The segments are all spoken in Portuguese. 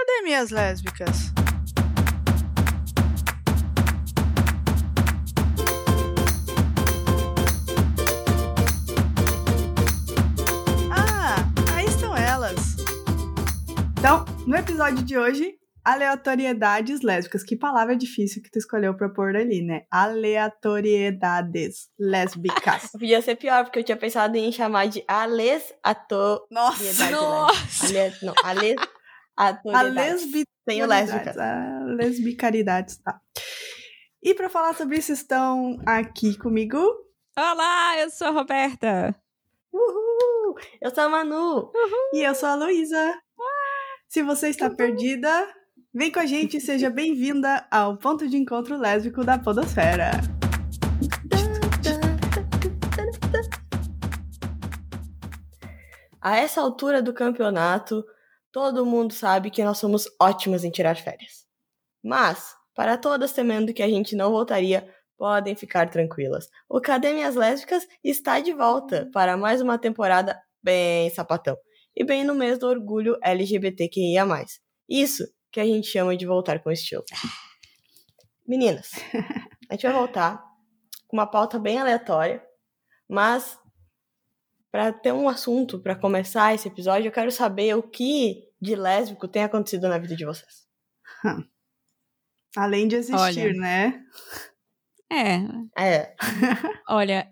Cadê minhas lésbicas? Ah, aí estão elas. Então, no episódio de hoje, aleatoriedades lésbicas. Que palavra difícil que tu escolheu pra pôr ali, né? Aleatoriedades lésbicas. Podia ser pior, porque eu tinha pensado em chamar de aleatoriedade. Nossa! Aleatoriedade. Tenho lésbica. Lesbicaridades, tá. E pra falar sobre isso estão aqui comigo... Olá, eu sou a Roberta. Uhul! Eu sou a Manu. Uhul. E eu sou a Luísa. Se você está perdida, vem com a gente e seja bem-vinda ao ponto de encontro lésbico da podosfera. A essa altura do campeonato, todo mundo sabe que nós somos ótimas em tirar férias. Mas, para todas temendo que a gente não voltaria, podem ficar tranquilas. O Cadê Minhas Lésbicas está de volta para mais uma temporada bem sapatão. E bem no mês do orgulho LGBTQIA+. Isso que a gente chama de voltar com estilo. Meninas, a gente vai voltar com uma pauta bem aleatória, mas para ter um assunto para começar esse episódio, eu quero saber o que de lésbico tem acontecido na vida de vocês. Além de existir, Olha, né? Olha,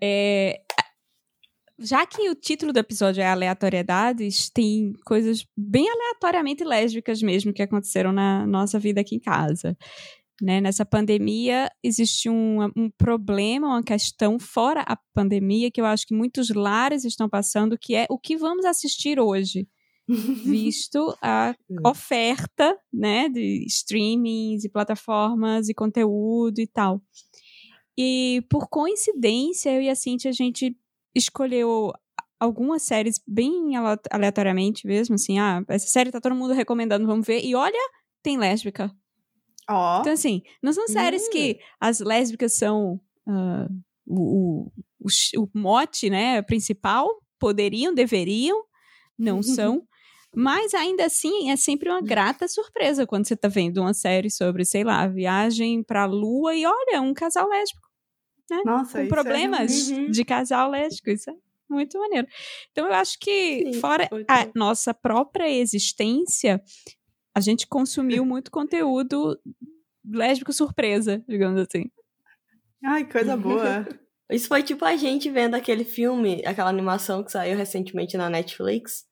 já que o título do episódio é aleatoriedades, tem coisas bem aleatoriamente lésbicas mesmo que aconteceram na nossa vida aqui em casa. Né? Nessa pandemia, existe um problema, uma questão fora a pandemia que eu acho que muitos lares estão passando, que é o que vamos assistir hoje, visto a oferta, né, de streamings e plataformas e conteúdo e tal. E, por coincidência, eu e a Cintia, a gente escolheu algumas séries bem aleatoriamente mesmo, assim, essa série tá todo mundo recomendando, vamos ver, e olha, tem lésbica. Ó. Então, assim, não são séries que as lésbicas são o mote, né, principal, poderiam, deveriam, não são, mas ainda assim é sempre uma grata surpresa quando você tá vendo uma série sobre, sei lá, viagem pra lua e olha, um casal lésbico, né? Nossa, com isso problemas de casal lésbico, isso é muito maneiro. Então eu acho que fora a nossa própria existência, a gente consumiu muito conteúdo lésbico surpresa, digamos assim. Ai, coisa boa. Isso foi tipo a gente vendo aquele filme, aquela animação que saiu recentemente na Netflix,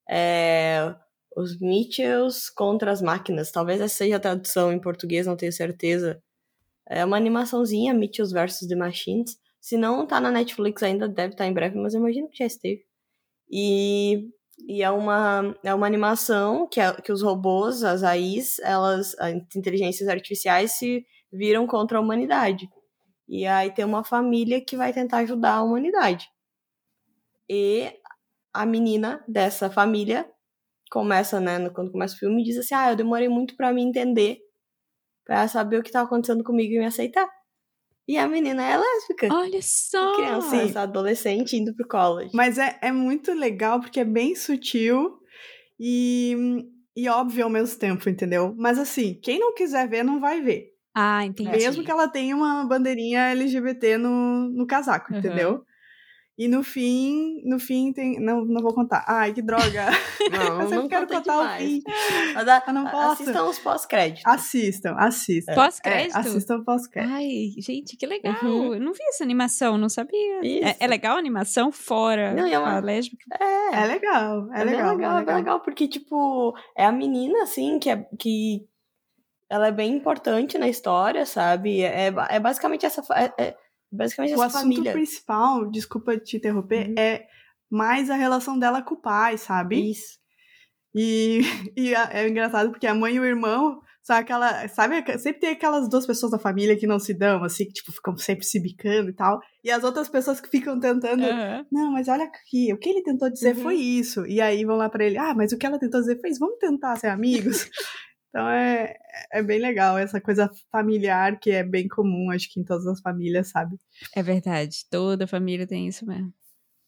Os Mitchells contra as Máquinas. Talvez essa seja a tradução em português, não tenho certeza. É uma animaçãozinha, Mitchells vs. The Machines. Se não tá na Netflix ainda, deve estar em breve, mas eu imagino que já esteve. E é uma animação que os robôs, as AIs, as inteligências artificiais, se viram contra a humanidade. E aí tem uma família que vai tentar ajudar a humanidade. E a menina dessa família começa, né, quando começa o filme, diz assim, eu demorei muito pra me entender, pra saber o que tá acontecendo comigo e me aceitar. E a menina é lésbica. Olha só! Criança, essa adolescente indo pro college. Mas é muito legal porque é bem sutil e óbvio ao mesmo tempo, entendeu? Mas assim, quem não quiser ver, não vai ver. Entendi. Mesmo que ela tenha uma bandeirinha LGBT no casaco, entendeu? E no fim tem... Não vou contar. Ai, que droga. Não, não quero contar demais. O fim. Eu não posso. Assistam os pós-créditos. Assistam. Pós-crédito? Assistam pós-crédito. Ai, gente, que legal. Eu não vi essa animação, não sabia. É legal a animação fora a lésbica? É legal. É legal, porque, tipo, é a menina, assim, que ela é bem importante na história, sabe? É basicamente essa... basicamente o essa assunto família principal, desculpa te interromper, é mais a relação dela com o pai, sabe? Isso. E é engraçado porque a mãe e o irmão são aquela, sabe, sempre tem aquelas duas pessoas da família que não se dão, assim, que tipo, ficam sempre se bicando e tal, e as outras pessoas que ficam tentando, não, mas olha aqui, o que ele tentou dizer foi isso, e aí vão lá pra ele, mas o que ela tentou dizer foi isso, vamos tentar ser amigos. Então é bem legal essa coisa familiar que é bem comum, acho que em todas as famílias, sabe? É verdade, toda família tem isso mesmo.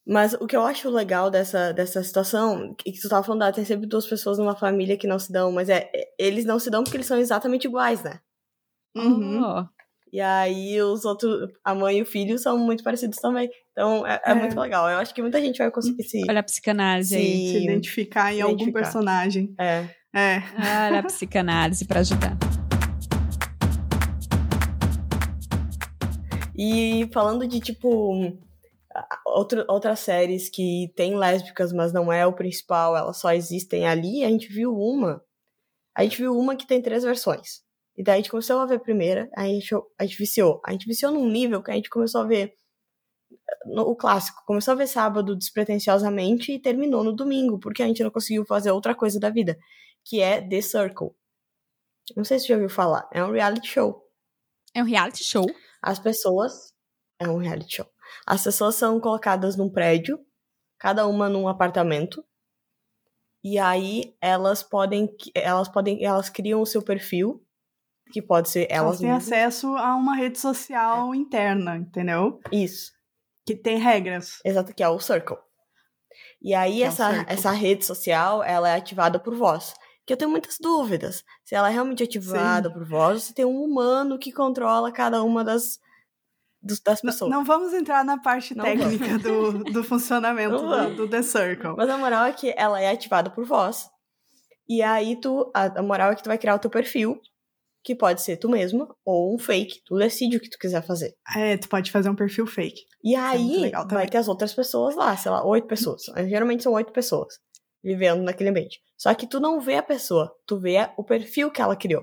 Mas o que eu acho legal dessa situação, que tu tava falando, tem sempre duas pessoas numa família que não se dão, mas eles não se dão porque eles são exatamente iguais, né? Uhum. Oh. E aí os outros, a mãe e o filho, são muito parecidos também. Então é muito legal. Eu acho que muita gente vai conseguir Olha a psicanálise aí. Se identificar em algum personagem. É. Olha a psicanálise pra ajudar. E falando de, tipo, outras séries que tem lésbicas, mas não é o principal, elas só existem ali, a gente viu uma que tem 3 versões. E daí a gente começou a ver a primeira, a gente viciou. A gente viciou num nível que a gente começou a ver o clássico. Começou a ver sábado despretensiosamente e terminou no domingo, porque a gente não conseguiu fazer outra coisa da vida, que é The Circle. Não sei se você já ouviu falar. É um reality show. É um reality show? É um reality show. As pessoas são colocadas num prédio, cada uma num apartamento, e aí elas criam o seu perfil, que pode ser elas têm mesmas. acesso a uma rede social interna, entendeu? Isso. Que tem regras. Exato, que é o Circle. E aí essa rede social, ela é ativada por voz. Que eu tenho muitas dúvidas. Se ela é realmente ativada por voz, ou se tem um humano que controla cada uma das pessoas. Não vamos entrar na parte técnica do funcionamento do The Circle. Mas a moral é que ela é ativada por voz. E aí a moral é que tu vai criar o teu perfil, que pode ser tu mesma ou um fake. Tu decide o que tu quiser fazer. Tu pode fazer um perfil fake. E aí vai ter as outras pessoas lá, sei lá, 8 pessoas. Geralmente são 8 pessoas vivendo naquele ambiente. Só que tu não vê a pessoa, tu vê o perfil que ela criou.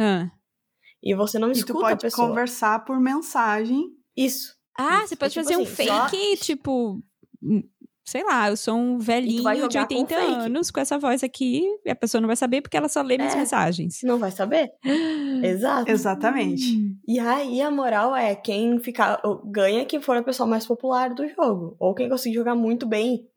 E você não escuta a pessoa. E tu pode conversar por mensagem. Isso. Você pode fazer um fake, tipo... Sei lá, eu sou um velhinho de 80 anos com essa voz aqui, e a pessoa não vai saber porque ela só lê minhas mensagens. Não vai saber. Exato. Exatamente. E aí a moral é quem ganha quem for a pessoa mais popular do jogo. Ou quem conseguir jogar muito bem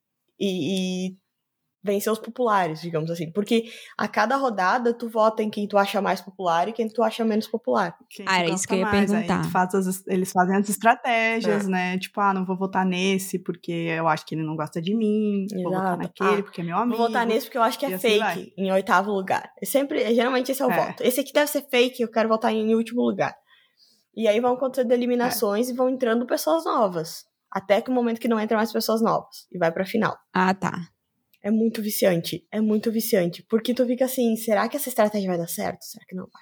e vencer os populares, digamos assim. Porque a cada rodada tu vota em quem tu acha mais popular e quem tu acha menos popular. Era isso que eu ia perguntar. Eles fazem as estratégias, né? Tipo, não vou votar nesse porque eu acho que ele não gosta de mim. Vou votar naquele porque é meu amigo. Vou votar nesse porque eu acho que é fake, em 8º lugar. Geralmente esse é o voto. Esse aqui deve ser fake, eu quero votar em último lugar. E aí vão acontecendo eliminações e vão entrando pessoas novas. Até que o momento que não entra mais pessoas novas. E vai pra final. Tá. É muito viciante. Porque tu fica assim, será que essa estratégia vai dar certo? Será que não vai?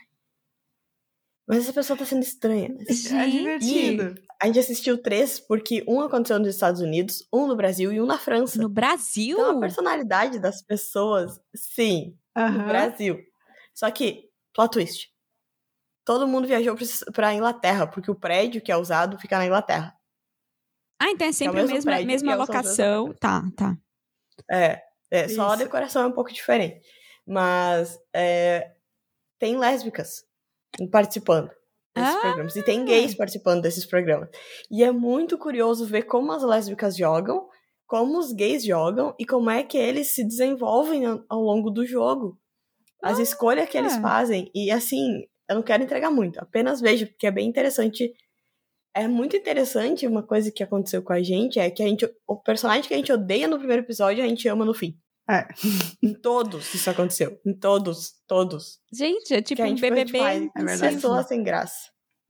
Mas essa pessoa tá sendo estranha. Né? É divertido. E a gente assistiu 3, porque um aconteceu nos Estados Unidos, um no Brasil e um na França. No Brasil? Então a personalidade das pessoas, sim, no Brasil. Só que, plot twist. Todo mundo viajou pra Inglaterra, porque o prédio que é usado fica na Inglaterra. Então é sempre a mesma locação. Tá. Só a decoração é um pouco diferente. Mas tem lésbicas participando desses programas. E tem gays participando desses programas. E é muito curioso ver como as lésbicas jogam, como os gays jogam e como é que eles se desenvolvem ao longo do jogo. As escolhas que eles fazem. E assim, eu não quero entregar muito. Apenas vejo, porque é bem interessante. É muito interessante uma coisa que aconteceu com a gente, é que o personagem que a gente odeia no primeiro episódio, a gente ama no fim. Em todos isso aconteceu. Em todos. Gente, é tipo um BBB. Pessoas sem graça.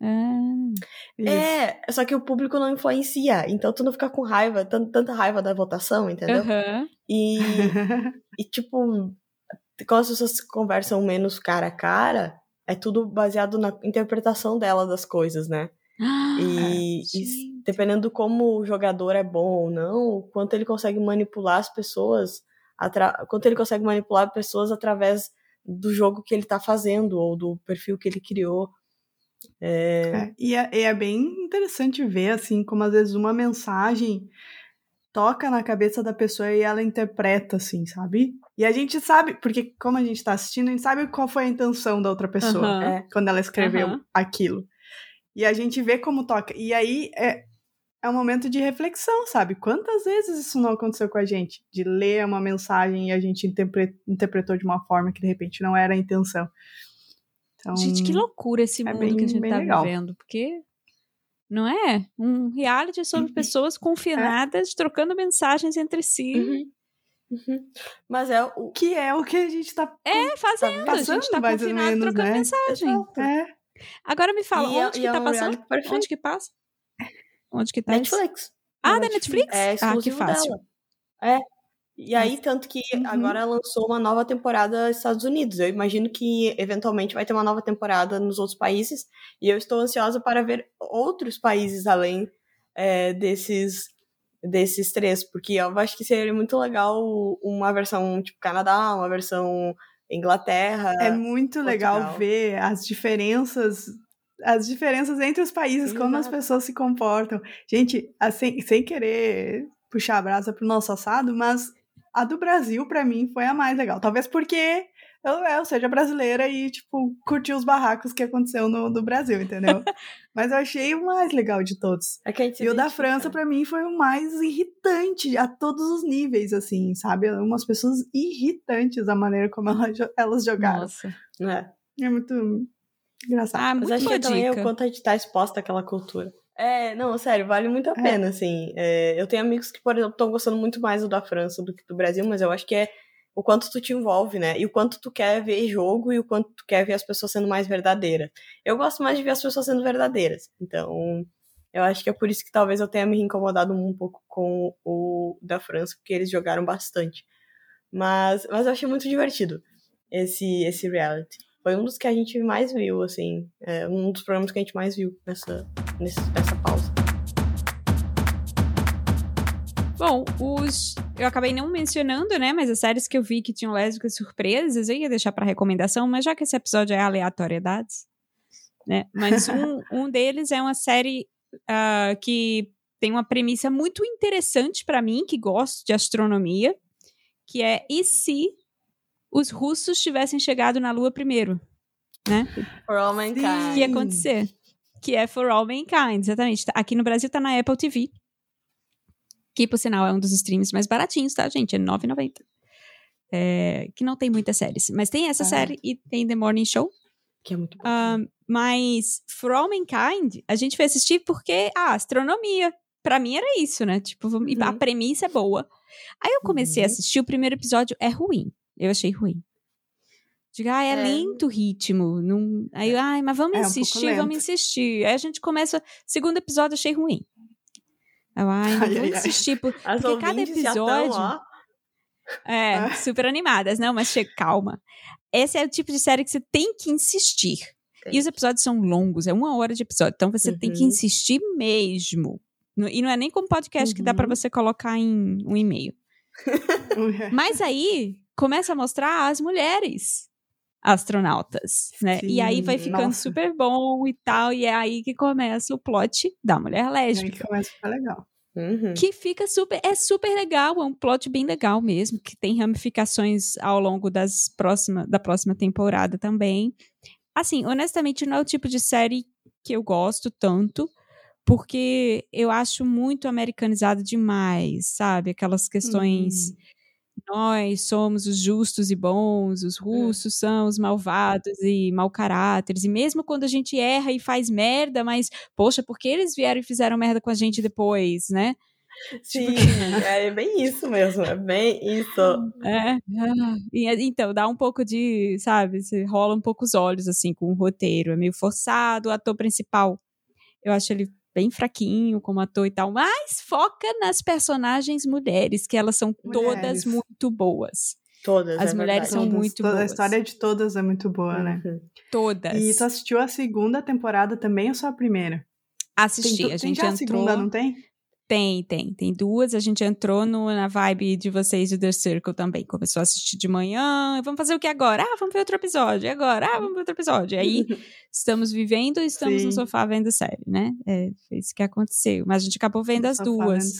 Só que o público não influencia, então tu não fica com raiva, tanta raiva da votação, entendeu? E tipo, quando as pessoas conversam menos cara a cara, é tudo baseado na interpretação dela das coisas, né? E dependendo como o jogador é bom ou não, o quanto ele consegue manipular as pessoas, quanto ele consegue manipular pessoas através do jogo que ele tá fazendo ou do perfil que ele criou. E é bem interessante ver, assim, como às vezes uma mensagem toca na cabeça da pessoa e ela interpreta, assim, sabe? E a gente sabe, porque como a gente tá assistindo, a gente sabe qual foi a intenção da outra pessoa quando ela escreveu aquilo. E a gente vê como toca. E aí é um momento de reflexão, sabe? Quantas vezes isso não aconteceu com a gente? De ler uma mensagem e a gente interpretou de uma forma que de repente não era a intenção. Então, gente, que loucura esse mundo que a gente tá vivendo. Porque não é? Um reality sobre pessoas confinadas, trocando mensagens entre si. Mas é o Que é o que a gente tá Fazendo. A gente tá mais ou confinado menos, trocando né? mensagem. Exato. É. Agora me fala, onde que tá um passando? reality perfeito. Onde que passa? Onde que tá isso? Netflix. Ah, da Netflix? É Que exclusivo fácil. dela. É. E aí, tanto que agora lançou uma nova temporada nos Estados Unidos. Eu imagino que, eventualmente, vai ter uma nova temporada nos outros países. E eu estou ansiosa para ver outros países além desses 3. Porque eu acho que seria muito legal uma versão, tipo, Canadá, uma versão Inglaterra. É muito legal ver as diferenças entre os países, como as pessoas se comportam. Gente, assim, sem querer puxar a brasa pro nosso assado, mas a do Brasil, pra mim, foi a mais legal. Talvez porque eu seja brasileira e, tipo, curti os barracos que aconteceu no Brasil, entendeu? Mas eu achei o mais legal de todos. E o da França, pra mim, foi o mais irritante a todos os níveis, assim, sabe? Umas pessoas irritantes a maneira como elas jogaram. Nossa. É muito engraçado. Mas acho que também é o quanto a gente tá exposta àquela cultura. Não, sério, vale muito a pena, assim. Eu tenho amigos que, por exemplo, estão gostando muito mais do da França do que do Brasil, mas eu acho que é o quanto tu te envolve, né? E o quanto tu quer ver jogo e o quanto tu quer ver as pessoas sendo mais verdadeiras. Eu gosto mais de ver as pessoas sendo verdadeiras. Então, eu acho que é por isso que talvez eu tenha me incomodado um pouco com o da França, porque eles jogaram bastante. Mas eu achei muito divertido esse reality. Foi um dos que a gente mais viu, assim. Um dos programas que a gente mais viu nessa pausa. Bom, eu acabei não mencionando, né, mas as séries que eu vi que tinham lésbicas surpresas, eu ia deixar pra recomendação, mas já que esse episódio é aleatoriedades, né, mas um deles é uma série que tem uma premissa muito interessante pra mim, que gosto de astronomia, que é e se os russos tivessem chegado na Lua primeiro, né? For All Mankind. O que ia acontecer? Que é For All Mankind, exatamente. Aqui no Brasil tá na Apple TV. Que, por sinal, é um dos streams mais baratinhos, tá, gente? É R$ 9,90. Que não tem muitas séries. Mas tem essa série e tem The Morning Show. Que é muito bom. Mas For All Mankind, a gente foi assistir porque, astronomia. Pra mim era isso, né? Tipo, a premissa é boa. Aí eu comecei a assistir, o primeiro episódio é ruim. Eu achei ruim. Digo, é lento o ritmo. Não... Aí eu, mas vamos insistir, vamos insistir. Aí a gente começa, segundo episódio, achei ruim. Eu, vamos insistir. Porque cada episódio... super animadas. Não, mas calma. Esse é o tipo de série que você tem que insistir. E os episódios são longos, é 1 hora de episódio. Então você tem que insistir mesmo. E não é nem como podcast que dá pra você colocar em um e-mail. Mas aí, começa a mostrar as mulheres astronautas, né? Sim, e aí vai ficando super bom e tal, e é aí que começa o plot da mulher lésbica. É aí que começa a ficar legal. Que fica super legal, é um plot bem legal mesmo, que tem ramificações ao longo da próxima temporada também. Assim, honestamente, não é o tipo de série que eu gosto tanto, porque eu acho muito americanizado demais, sabe? Aquelas questões... Nós somos os justos e bons, os russos são os malvados e mau caráteres, e mesmo quando a gente erra e faz merda, mas, poxa, por que eles vieram e fizeram merda com a gente depois, né? Sim, é bem isso mesmo, é bem isso. Então, dá um pouco de, sabe, você rola um pouco os olhos, assim, com o roteiro, é meio forçado, o ator principal, eu acho ele bem fraquinho como ator e tal, mas foca nas personagens mulheres, que elas são todas muito boas. Todas, as mulheres são muito boas. A história de todas é muito boa, né? Todas. E tu assistiu a segunda temporada também ou só a primeira? Assisti, a gente já entrou... a segunda, não tem? Tem 2, a gente entrou na vibe de vocês de The Circle também, começou a assistir de manhã, vamos fazer o que agora? Vamos ver outro episódio, e agora? Vamos ver outro episódio, aí estamos vivendo e estamos no sofá vendo série, né, foi isso que aconteceu, mas a gente acabou vendo as duas.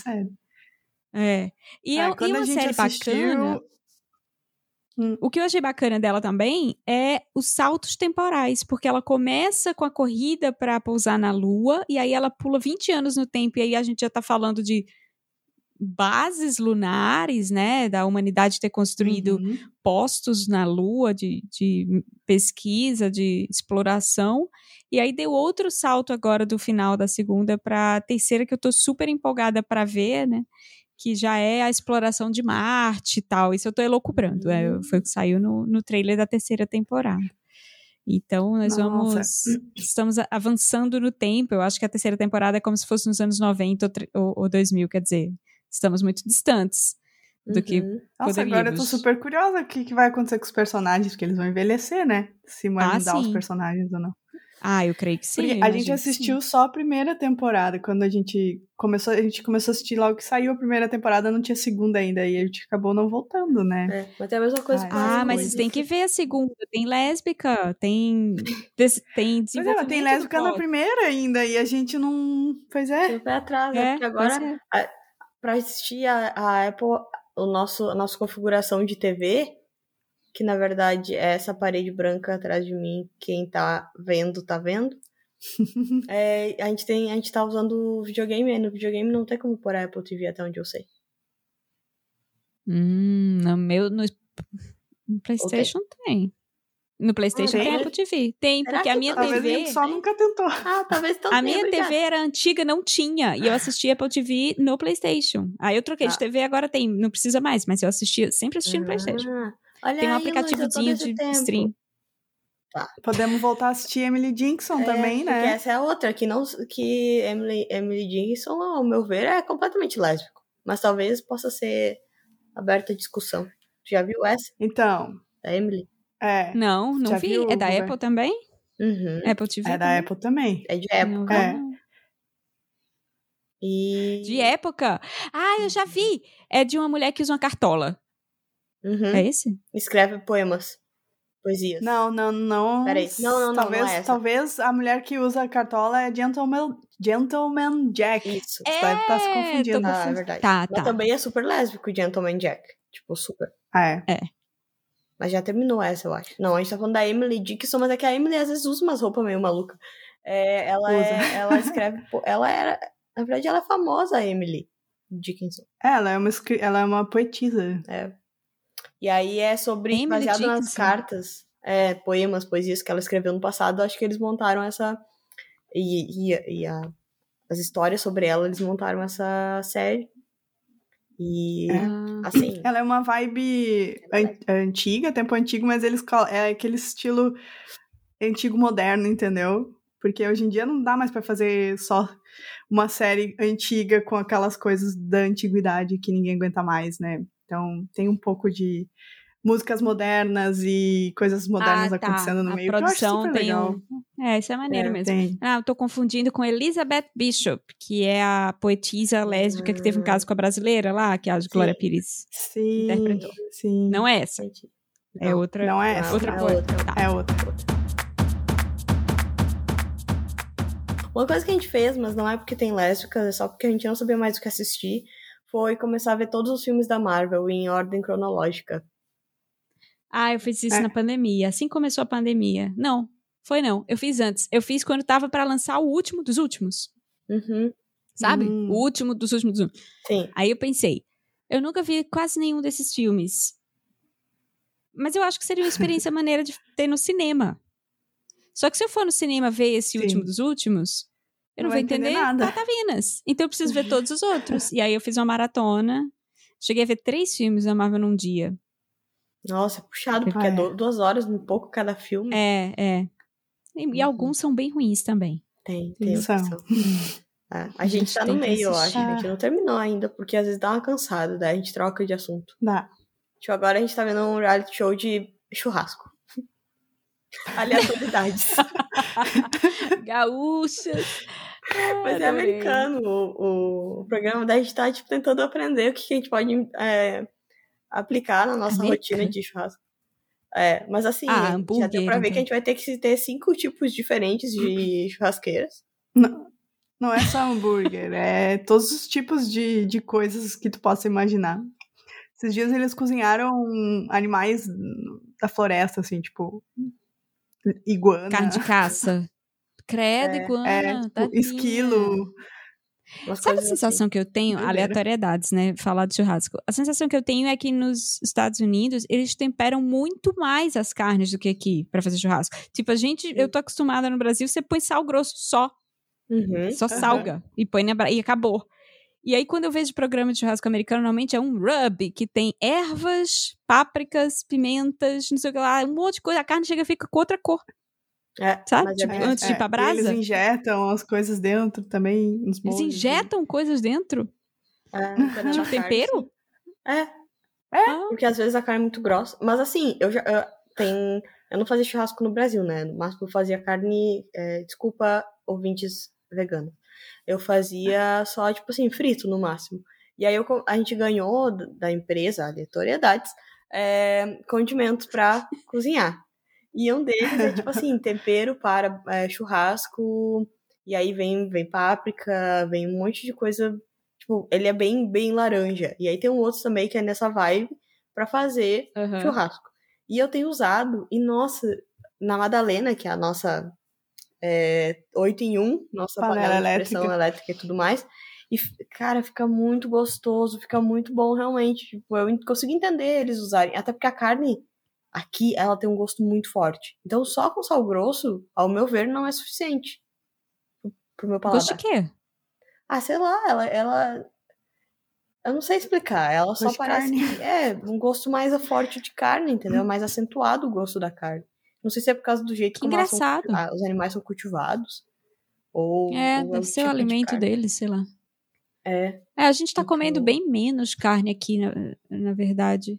E uma série bacana, o que eu achei bacana dela também é os saltos temporais, porque ela começa com a corrida para pousar na Lua, e aí ela pula 20 anos no tempo, e aí a gente já tá falando de bases lunares, né, da humanidade ter construído postos na Lua de pesquisa, de exploração, e aí deu outro salto agora do final da segunda para a terceira, que eu tô super empolgada para ver, né, que já é a exploração de Marte e tal. Isso eu tô elocubrando, foi o que saiu no trailer da terceira temporada. Então, nós estamos avançando no tempo. Eu acho que a terceira temporada é como se fosse nos anos 90 ou 2000, quer dizer, estamos muito distantes do que Nossa, agora eu tô super curiosa o que vai acontecer com os personagens, porque eles vão envelhecer, né? Se vai mudar os personagens ou não. Eu creio que sim. Porque a gente assistiu só a primeira temporada. Quando a gente começou a assistir logo que saiu a primeira temporada, não tinha segunda ainda. E a gente acabou não voltando, né? Mas é a mesma coisa mas vocês têm que ver a segunda. Tem lésbica, tem desenvolvimento. Pois é, mas tem lésbica na primeira ainda. E a gente não... Pois é. Tem o pé atrás, né? Porque agora, pra assistir a Apple, a nossa configuração de TV... que na verdade é essa parede branca atrás de mim, quem tá vendo. A gente tá usando videogame, e no videogame não tem como pôr a Apple TV até onde eu sei. No PlayStation tem. No PlayStation tem Apple TV. Tem, porque a minha TV... Talvez a gente só nunca tentou. Talvez a minha TV era antiga, não tinha. E eu assistia Apple TV no PlayStation. Aí eu troquei de TV, agora tem. Não precisa mais, mas eu sempre assisti no PlayStation. Olha tem um aí, aplicativozinho de stream. Tá. Podemos voltar a assistir Emily Dickinson também, né? Porque essa é a outra, que Emily Dickinson, ao meu ver, é completamente lésbico. Mas talvez possa ser aberta a discussão. Já viu essa? Então. Da Emily? Não vi. Viu, é da Apple também? Apple TV. É da Apple também. É de época. De época? Eu já vi. É de uma mulher que usa uma cartola. É esse? Escreve poemas. Poesias. Não. Peraí. Não, Talvez a mulher que usa a cartola é Gentleman Jack. Isso. Você deve estar se confundindo. É verdade. Tá. Mas também é super lésbico, Gentleman Jack. Tipo, super. É. Mas já terminou essa, eu acho. Não, a gente tá falando da Emily Dickinson, mas é que a Emily às vezes usa umas roupas meio malucas. Ela escreve... Na verdade, ela é famosa, a Emily Dickinson. Ela é uma poetisa. E aí é sobre... Emily baseado Dickinson. nas cartas, poemas, poesias que ela escreveu no passado. Acho que eles montaram essa... as histórias sobre ela, eles montaram essa série. E, assim... Ela é uma vibe antiga, tempo antigo, mas é aquele estilo antigo moderno, entendeu? Porque hoje em dia não dá mais pra fazer só uma série antiga com aquelas coisas da antiguidade que ninguém aguenta mais, né? Então tem um pouco de músicas modernas e coisas modernas acontecendo no meio. A produção que eu acho super legal. Isso é maneiro mesmo. Tem. Eu tô confundindo com Elizabeth Bishop, que é a poetisa lésbica que teve um caso com a brasileira lá, que a Glória Pires interpretou. Sim. Não é essa. É outra. Não é essa. Outra coisa. É outra. Uma coisa que a gente fez, mas não é porque tem lésbica, é só porque a gente não sabia mais o que assistir, foi começar a ver todos os filmes da Marvel em ordem cronológica. Eu fiz isso na pandemia. Assim começou a pandemia. Não. Eu fiz antes. Eu fiz quando tava pra lançar o último dos últimos. Sabe? O último dos últimos. Sim. Aí eu pensei, eu nunca vi quase nenhum desses filmes. Mas eu acho que seria uma experiência maneira de ter no cinema. Só que se eu for no cinema ver esse último dos últimos, eu não vou entender nada. Patavinas. Então eu preciso ver todos os outros. E aí eu fiz uma maratona. Cheguei a ver 3 filmes da Marvel num dia. Nossa, é puxado, porque é 2 horas, um pouco cada filme. E alguns são bem ruins também. Tem. A gente tá no meio, eu acho. A gente não terminou ainda, porque às vezes dá uma cansada, daí a gente troca de assunto. Dá. Tipo, agora a gente tá vendo um reality show de churrasco. Aleatoriedades. Gaúchas. Mas é americano o programa, daí a gente tá tipo, tentando aprender o que a gente pode aplicar na nossa rotina de churrasco. Mas assim, já deu pra ver que a gente vai ter que ter 5 tipos diferentes de churrasqueiras. Não é só hambúrguer, é todos os tipos de coisas que tu possa imaginar. Esses dias eles cozinharam animais da floresta, assim, tipo iguana. Carne de caça. Credo, iguana. Esquilo. Umas Sabe a coisas assim. sensação que eu tenho? Doideira. Aleatoriedades, né? Falar de churrasco. A sensação que eu tenho é que nos Estados Unidos, eles temperam muito mais as carnes do que aqui pra fazer churrasco. Tipo, eu tô acostumada no Brasil, você põe sal grosso só. Uhum. Só salga e põe e acabou. E aí, quando eu vejo programa de churrasco americano, normalmente é um rub, que tem ervas, pápricas, pimentas, não sei o que lá, um monte de coisa. A carne chega e fica com outra cor, sabe? Mas Tipo, bem antes de ir pra E brasa. eles injetam as coisas dentro também, nos Eles molhos. injetam coisas dentro? dependendo Tipo da tempero? carne, sim. Ah, Porque às vezes a carne é muito grossa. Mas assim, eu não fazia churrasco no Brasil, né? No máximo eu fazia carne. Desculpa, ouvintes veganos. Eu fazia só, tipo assim, frito no máximo. E aí a gente ganhou da empresa, aleatoriedades, condimentos pra cozinhar. E um deles é, tipo assim, tempero para churrasco. E aí vem páprica, vem um monte de coisa. Tipo, ele é bem, bem laranja. E aí tem um outro também que é nessa vibe pra fazer aham. churrasco. E eu tenho usado, e nossa, na Madalena, que é a nossa 8 em 1, nossa Panela panela de pressão elétrica e tudo mais. E, cara, fica muito gostoso, fica muito bom realmente. Tipo, eu consigo entender eles usarem. Até porque a carne aqui, ela tem um gosto muito forte. Então, só com sal grosso, ao meu ver, não é suficiente pro meu Gosto de paladar. quê? Ah, sei lá, ela eu não sei explicar. Ela só Gosto de parece carne. que é um gosto mais forte de carne, entendeu? Mais acentuado o gosto da carne. Não sei se é por causa do jeito Que como engraçado. os animais são cultivados. Ou é Deve o ser o tipo de alimento carne. deles, sei lá. É. A gente tá Então- comendo bem menos carne aqui, na verdade,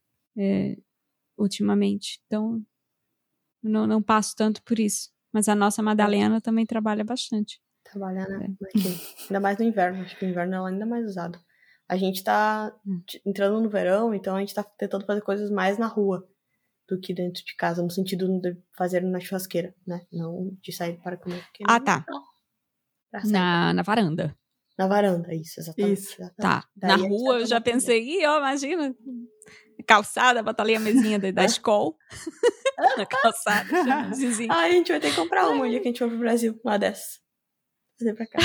ultimamente. Então, não passo tanto por isso. Mas a nossa Madalena também trabalha bastante. Trabalhar, né? Aqui. Ainda mais no inverno. Acho que no inverno ela é ainda mais usada. A gente tá entrando no verão, então a gente tá tentando fazer coisas mais na rua do que dentro de casa, no sentido de fazer na churrasqueira, né? Não de sair para comer. Porque Ah, não tá. dá pra sair Na varanda. na varanda, isso, exatamente. Isso. exatamente. Tá. Daí Na a gente rua eu tá já tentando fazer. pensei, imagina. Calçada, bota ali a mesinha da escola. Na calçada, chama os vizinhos. Ah, a gente vai ter que comprar uma um dia que a gente for pro Brasil, uma dessas. Fazer pra cá.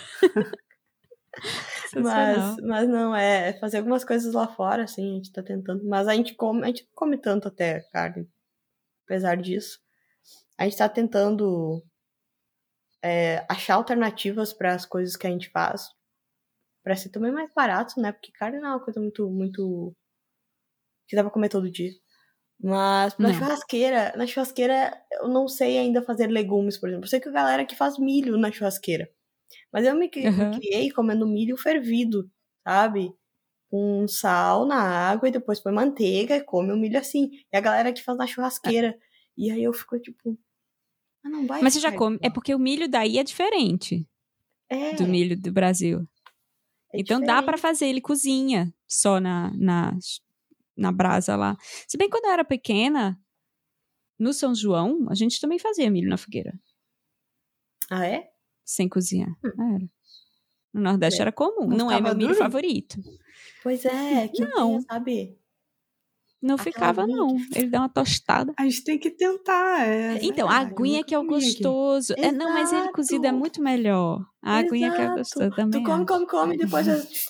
Sensacional. Mas não, é fazer algumas coisas lá fora, assim, a gente tá tentando. Mas a gente não come tanto até carne, apesar disso. A gente tá tentando achar alternativas para as coisas que a gente faz, pra ser também mais barato, né? Porque carne não é uma coisa muito, muito que dá pra comer todo dia. Mas Não. na churrasqueira eu não sei ainda fazer legumes, por exemplo. Eu sei que a galera que faz milho na churrasqueira. Mas eu me criei comendo milho fervido, sabe? Com sal na água e depois põe manteiga e come o milho assim. E a galera que faz na churrasqueira. E aí eu fico tipo, não vai Mas você já ficar come. É igual. porque o milho daí é diferente do milho do Brasil. É Então dá pra diferente. fazer, ele cozinha só na brasa lá. Se bem que quando eu era pequena, no São João, a gente também fazia milho na fogueira, Ah, é? sem cozinhar. Era. No Nordeste era comum. Não Não é ficava meu milho duro? favorito. Pois é, que Não. sabe? Não Aquela ficava, aguinha não. Ele dá uma tostada. A gente tem que tentar. Então, a aguinha que é o gostoso. Não, mas ele cozido é Exato. muito melhor. A aguinha que é Exato. gostoso também. Tu come e depois...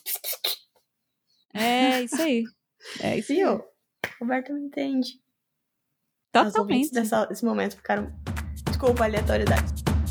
É isso aí. É isso aí. Viu? Roberto me entende. As ouvintes Totalmente. desse momento ficaram... Desculpa, aleatoriedade.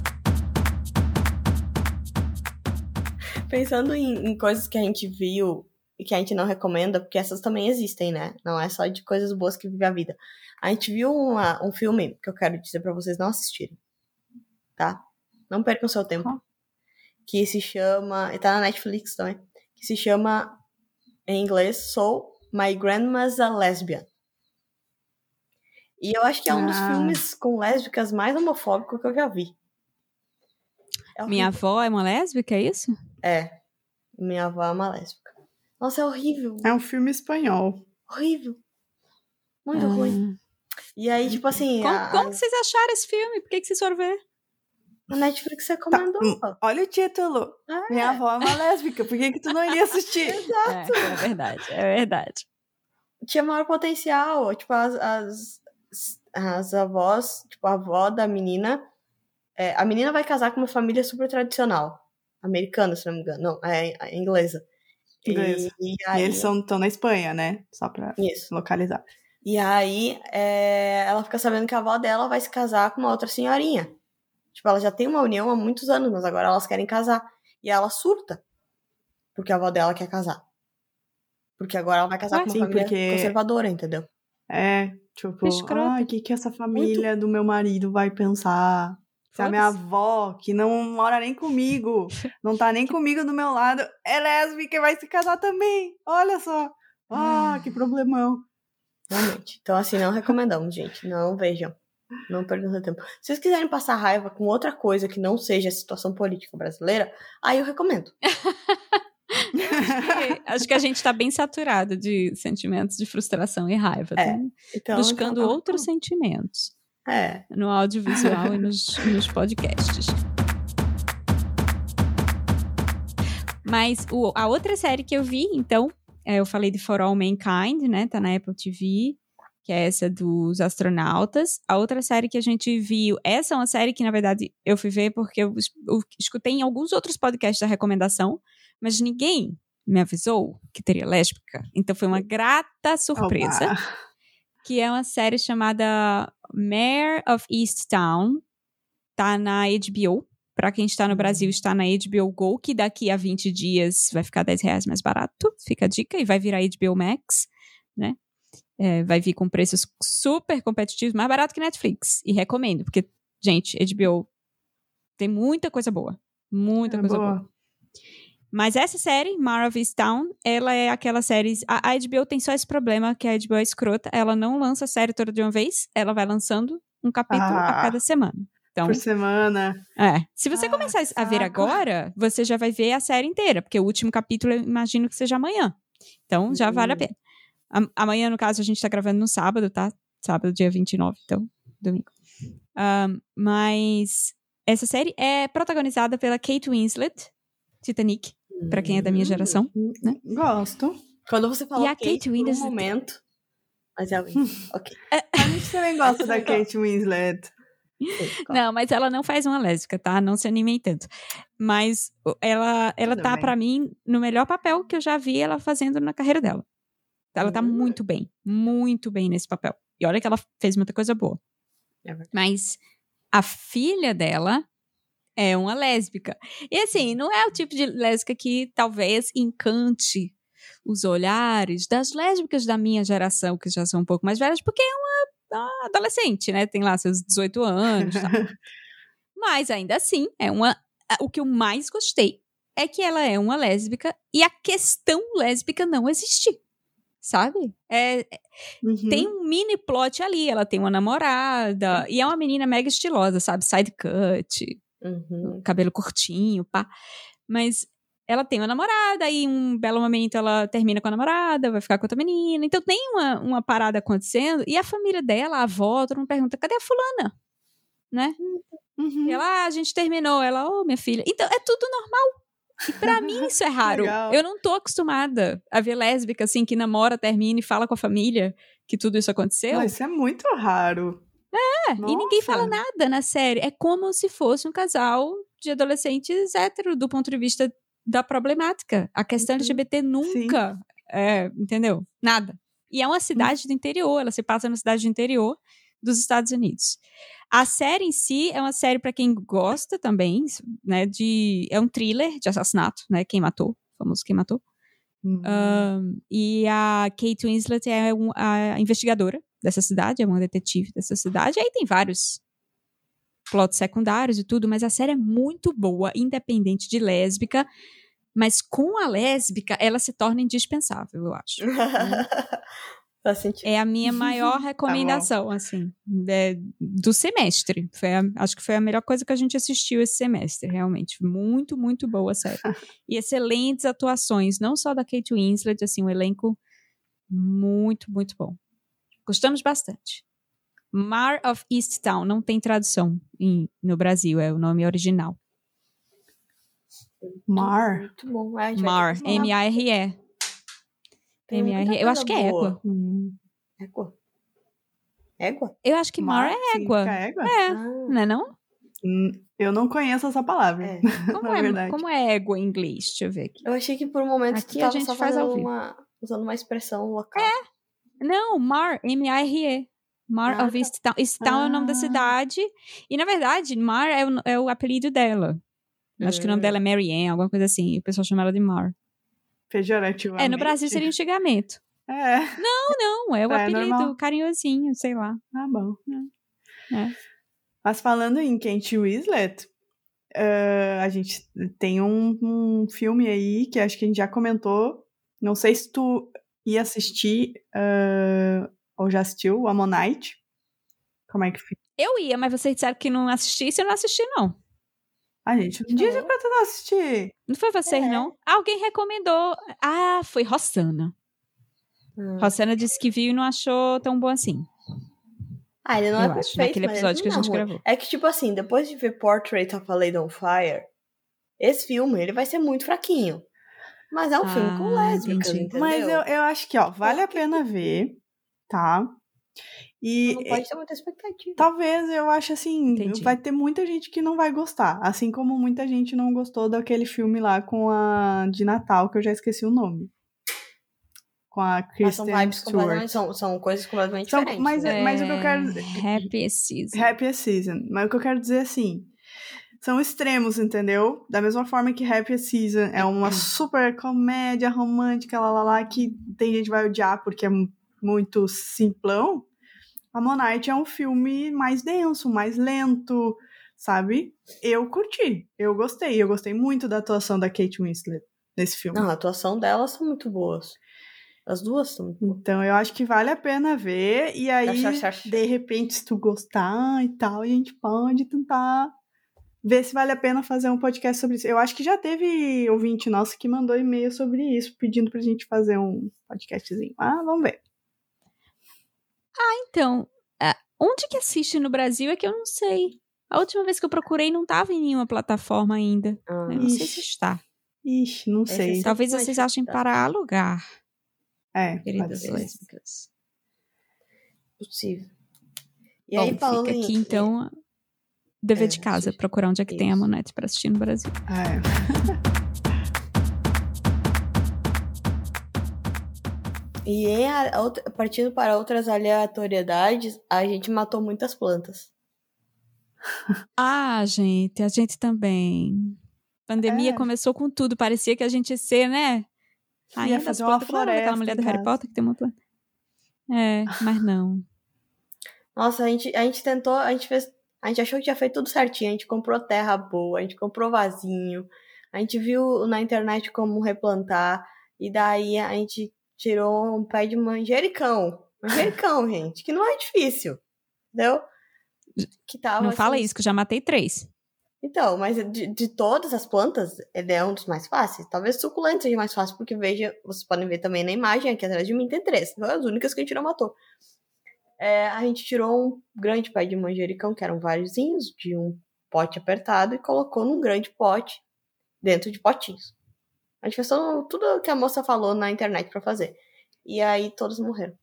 Pensando em coisas que a gente viu e que a gente não recomenda, porque essas também existem, né? Não é só de coisas boas que vive a vida. A gente viu um filme que eu quero dizer pra vocês não assistirem. Tá? Não percam seu tempo. Que se chama... E tá na Netflix também. Que se chama, em inglês, So My Grandma's a Lesbian. E eu acho que é um dos filmes com lésbicas mais homofóbicos que eu já vi. Minha avó é uma lésbica, é isso? É. Minha avó é uma lésbica. Nossa, é horrível. É um filme espanhol. Horrível. Muito ruim. E aí, tipo assim... Como que vocês acharam esse filme? Por que vocês foram ver? A Netflix recomendou. Olha o título. Minha avó é uma lésbica. Por que tu não iria assistir? Exato. É verdade, é verdade. Tinha maior potencial. Tipo, as avós... Tipo, a avó da menina... a menina vai casar com uma família super tradicional. americana, se não me engano. Não, é inglesa. Inglesa. E E aí, eles estão na Espanha, né? Só pra isso. localizar. E aí, ela fica sabendo que a avó dela vai se casar com uma outra senhorinha. Tipo, ela já tem uma união há muitos anos, mas agora elas querem casar. E ela surta. Porque a avó dela quer casar. Porque agora ela vai casar com uma Sim, família porque- conservadora, entendeu? Tipo, Escroto. ai, o que essa família do meu marido vai pensar? Se a minha avó, que não mora nem comigo, não tá nem comigo do meu lado, é lésbica e vai se casar também. Olha só. Que problemão. Realmente. Então, assim, não recomendamos, gente. Não vejam. Não percam seu tempo. Se vocês quiserem passar raiva com outra coisa que não seja a situação política brasileira, aí eu recomendo. Acho que a gente tá bem saturado de sentimentos de frustração e raiva. Então, Buscando outros sentimentos no audiovisual e nos podcasts. Mas a outra série que eu vi, então, eu falei de For All Mankind, né? Tá na Apple TV, que é essa dos astronautas. A outra série que a gente viu, essa é uma série que, na verdade, eu fui ver porque eu escutei em alguns outros podcasts da recomendação, mas ninguém me avisou que teria lésbica. Então foi uma grata surpresa. Oba. Que é uma série chamada Mare of Easttown. Tá na HBO. Pra quem está no Brasil, está na HBO Go, que daqui a 20 dias vai ficar R$10 mais barato. Fica a dica. E vai virar HBO Max, né? Vai vir com preços super competitivos, mais barato que Netflix. E recomendo, porque, gente, HBO tem muita coisa boa. Muita coisa boa. Mas essa série, Mare of Easttown, ela é aquela série... A HBO tem só esse problema, que a HBO é escrota. Ela não lança a série toda de uma vez. Ela vai lançando um capítulo a cada semana. Então, por semana. Se você começar a ver agora, você já vai ver a série inteira. Porque o último capítulo, eu imagino que seja amanhã. Então, já vale a pena. Amanhã, no caso, a gente tá gravando no sábado, tá? Sábado, dia 29, então, domingo. Mas essa série é protagonizada pela Kate Winslet, Titanic, pra quem é da minha geração, né? Gosto. Quando você falou E a Kate Winslet... por um momento... Mas é ok. A gente também gosta da Kate Winslet. Não, mas ela não faz uma lésbica, tá? Não se animem tanto. Mas ela tá, pra mim, no melhor papel que eu já vi ela fazendo na carreira dela. Ela tá muito bem nesse papel. E olha que ela fez muita coisa boa. Mas a filha dela é uma lésbica. E assim, não é o tipo de lésbica que talvez encante os olhares das lésbicas da minha geração, que já são um pouco mais velhas, porque é uma adolescente, né? Tem lá seus 18 anos. Tal. Mas ainda assim, o que eu mais gostei é que ela é uma lésbica e a questão lésbica não existe. Sabe? Tem um mini plot ali. Ela tem uma namorada e é uma menina mega estilosa, sabe? Side cut, cabelo curtinho, pá. Mas ela tem uma namorada e um belo momento ela termina com a namorada, vai ficar com outra menina. Então tem uma parada acontecendo e a família dela, a avó, todo mundo pergunta, cadê a fulana? Né? E ela, a gente terminou. Ela, minha filha. Então é tudo normal. E pra mim isso é raro. Legal. Eu não tô acostumada a ver lésbica, assim, que namora, termina e fala com a família que tudo isso aconteceu. Não, isso é muito raro. E ninguém fala nada na série. É como se fosse um casal de adolescentes hétero, do ponto de vista da problemática. A questão LGBT nunca, entendeu? Nada. E é uma cidade do interior, ela se passa na cidade do interior dos Estados Unidos. A série em si é uma série para quem gosta também, né, é um thriller de assassinato, né, Quem Matou, famoso Quem Matou. E a Kate Winslet é a investigadora dessa cidade, é uma detetive dessa cidade, e aí tem vários plots secundários e tudo, mas a série é muito boa, independente de lésbica, mas com a lésbica ela se torna indispensável, eu acho. Faz sentido. É a minha maior recomendação, assim, do semestre. Acho que foi a melhor coisa que a gente assistiu esse semestre, realmente. Muito, muito boa a série. E excelentes atuações, não só da Kate Winslet, assim, um elenco muito, muito bom. Gostamos bastante. Mare of Easttown, não tem tradução no Brasil, é o nome original. Mar. Muito bom. Mar, M-A-R-E. Eu acho que é égua. Égua? Égua? Eu acho que Mar é égua. Égua? Não é não? Eu não conheço essa palavra, É. na verdade. Como é égua em inglês? Deixa eu ver aqui. Eu achei que por um momento Aqui tu a tava gente só faz ao vivo. usando uma expressão local. Não, Mar, M-A-R-E. Mar Ah, of tá. Easttown. Easttown é o nome da cidade. E, na verdade, Mar é o apelido dela. Acho que o nome dela é Mary Ann, alguma coisa assim. E o pessoal chama ela de Mar. Pejorativamente. No Brasil seria um xingamento. É. Não, é o É apelido normal. carinhosinho, sei lá. Ah, bom. É. Mas falando em Kate Winslet, a gente tem um filme aí que acho que a gente já comentou. Não sei se tu ia assistir ou já assistiu, Ammonite. Como é que fica? Eu ia, mas vocês disseram que não assistisse, eu não assisti, não. A gente não disse pra tu não assistir. Não foi vocês, não? Alguém recomendou. Ah, foi Rossana. Rossana disse que viu e não achou tão bom assim. Ele não Eu é acho, perfeito, naquele mas episódio que a ele não gente é ruim. gravou. É que, tipo assim, depois de ver Portrait of a Lady on Fire, esse filme, ele vai ser muito fraquinho. Mas é um filme com lésbicas, entendi. entendeu? Mas eu acho que, vale a pena ver, tá? E Não pode ter muita expectativa. talvez, eu acho assim, Entendi. vai ter muita gente que não vai gostar. Assim como muita gente não gostou daquele filme lá com a de Natal, que eu já esqueci o nome. Com a Mas são Kristen vibes completamente, Stewart. são coisas completamente diferentes. Mas o que eu quero... Happy Season. Happy Season. Mas o que eu quero dizer assim, são extremos, entendeu? Da mesma forma que Happy Season é uma super comédia romântica, que tem gente que vai odiar porque é muito simplão. Ammonite é um filme mais denso, mais lento, sabe? Eu curti, eu gostei muito da atuação da Kate Winslet nesse filme. Não, a atuação delas são muito boas. As duas são muito boas. Então eu acho que vale a pena ver, e aí, de repente, se tu gostar e tal, a gente pode tentar ver se vale a pena fazer um podcast sobre isso. Eu acho que já teve ouvinte nosso que mandou e-mail sobre isso, pedindo pra gente fazer um podcastzinho. Vamos ver. Então, onde que assiste no Brasil é que eu não sei. A última vez que eu procurei não estava em nenhuma plataforma ainda. Eu não sei se está. Ixi, não sei. Talvez vocês achem para alugar. Queridas lésbicas. Possível. E Bom, aí, falando fica aqui, então, dever de casa, procurar onde é que tem a Ammonite para assistir no Brasil. E partindo para outras aleatoriedades, a gente matou muitas plantas. Gente, a gente também. A pandemia começou com tudo. Parecia que a gente ia ser, né? Ia fazer uma floresta. Aquela mulher do Harry Potter que tem uma planta. Mas não. Nossa, a gente tentou, a gente achou que tinha feito tudo certinho. A gente comprou terra boa, a gente comprou vasinho, a gente viu na internet como replantar, e daí a gente tirou um pé de manjericão. Manjericão, gente, que não é difícil, entendeu? Que tava, não fala isso, que eu já matei 3. Então, mas de todas as plantas, ele é um dos mais fáceis. Talvez suculento seja mais fácil, porque vocês podem ver também na imagem, aqui atrás de mim tem 3. Então, as únicas que a gente não matou. A gente tirou um grande pé de manjericão, que eram váriozinhos, de um pote apertado, e colocou num grande pote, dentro de potinhos. A gente fez tudo que a moça falou na internet pra fazer. E aí, todos morreram.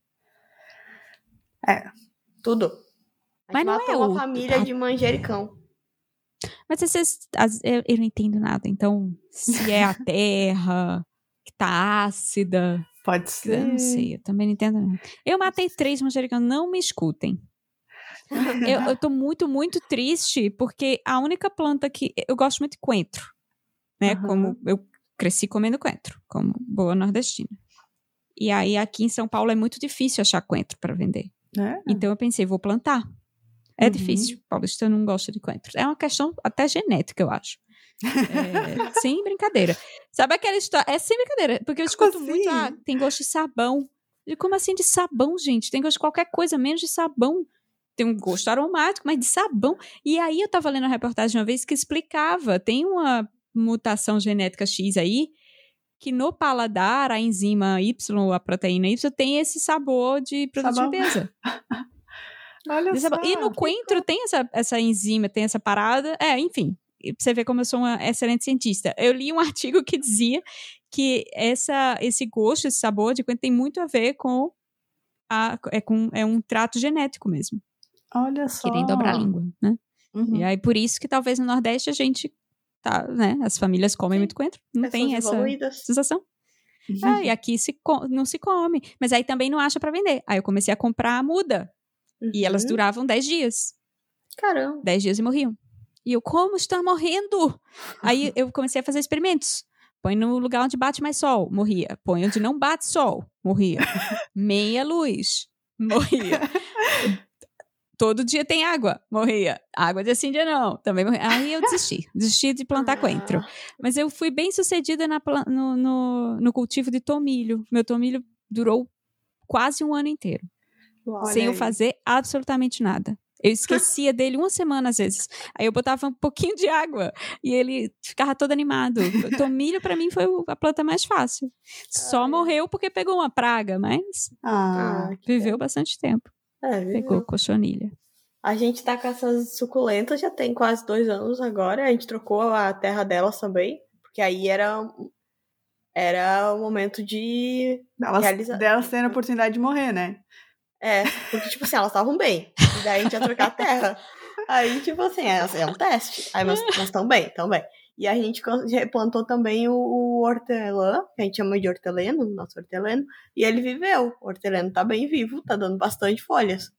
Tudo. A gente matou uma família de manjericão. Mas eu não entendo nada. Então, se é a terra que tá ácida... Pode ser. Eu não sei, eu também não entendo nada. Eu matei 3 manjericão, não me escutem. Eu tô muito, muito triste, porque a única planta que... Eu gosto muito de coentro, né? Como eu cresci comendo coentro, como boa nordestina. E aí, aqui em São Paulo, é muito difícil achar coentro para vender. Então, eu pensei, vou plantar. É difícil. Paulista não gosta de coentro. É uma questão até genética, eu acho. Sem brincadeira. Sabe aquela história? É sem brincadeira. Porque eu escuto muito, tem gosto de sabão. E como assim de sabão, gente? Tem gosto de qualquer coisa, menos de sabão. Tem um gosto aromático, mas de sabão. E aí eu tava lendo a reportagem uma vez que explicava. Tem uma mutação genética X aí, que no paladar, a enzima Y, a proteína Y, tem esse sabor de produto de limpeza. Olha só. E no coentro tem essa enzima, tem essa parada. Enfim, você vê como eu sou uma excelente cientista. Eu li um artigo que dizia que esse gosto, esse sabor de coentro tem muito a ver com é um trato genético mesmo. Olha só. Que nem dobrar a língua, né? Uhum. E aí, por isso que talvez no Nordeste a gente tá, né? As famílias comem muito coentro. Não tem Pessoas essa evoluídas. sensação. E aqui não se come. Mas aí também não acha pra vender. Aí eu comecei a comprar a muda. E elas Uhum. duravam 10 dias. Caramba. 10 dias e morriam. E eu, como estão morrendo? Aí eu comecei a fazer experimentos. Põe no lugar onde bate mais sol, morria. Põe onde não bate sol, morria. Meia luz, morria. Todo dia tem água, morria. Água de assim dia não, também morria. Aí eu desisti de plantar coentro. Mas eu fui bem sucedida no cultivo de tomilho. Meu tomilho durou quase um ano inteiro. Uau. Sem eu aí. fazer absolutamente nada. Eu esquecia dele uma semana, às vezes. Aí eu botava um pouquinho de água e ele ficava todo animado. O tomilho, pra mim, foi a planta mais fácil. Só morreu porque pegou uma praga, mas Que viveu pena. bastante tempo. Viveu. Pegou cochonilha. A gente tá com essas suculentas já tem quase 2 anos agora. A gente trocou a terra delas também. Porque aí era o momento de realizar. Delas tendo a oportunidade de morrer, né? Porque, tipo assim, elas estavam bem. E daí a gente ia trocar a terra. Aí, tipo assim, é um teste. Aí, mas estão bem. E a gente replantou também o hortelã, que a gente chama de horteleno, nosso hortelano. E ele viveu. O hortelano tá bem vivo, tá dando bastante folhas.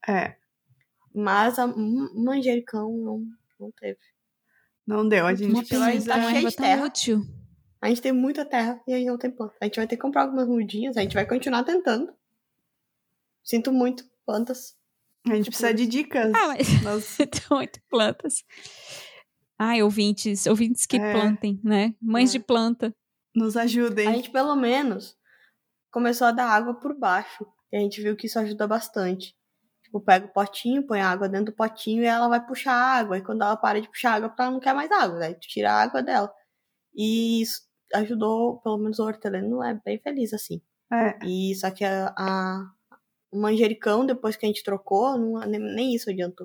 Mas a manjericão não teve. Não deu, a gente Uma pena, precisa... tá cheio de tão terra. útil. A gente tem muita terra e a gente não tem planta. A gente vai ter que comprar algumas mudinhas, a gente vai continuar tentando. Sinto muito, plantas. A gente precisa de dicas. Mas tem muitas plantas. Ouvintes que plantem, né? Mães de planta. Nos ajudem. A gente, pelo menos, começou a dar água por baixo. E a gente viu que isso ajuda bastante. Tipo, pega o potinho, põe a água dentro do potinho e ela vai puxar a água. E quando ela para de puxar a água, porque ela não quer mais água, daí tu tira a água dela. E isso ajudou, pelo menos o hortelano é bem feliz, assim. E só que o manjericão, depois que a gente trocou, nem isso adiantou.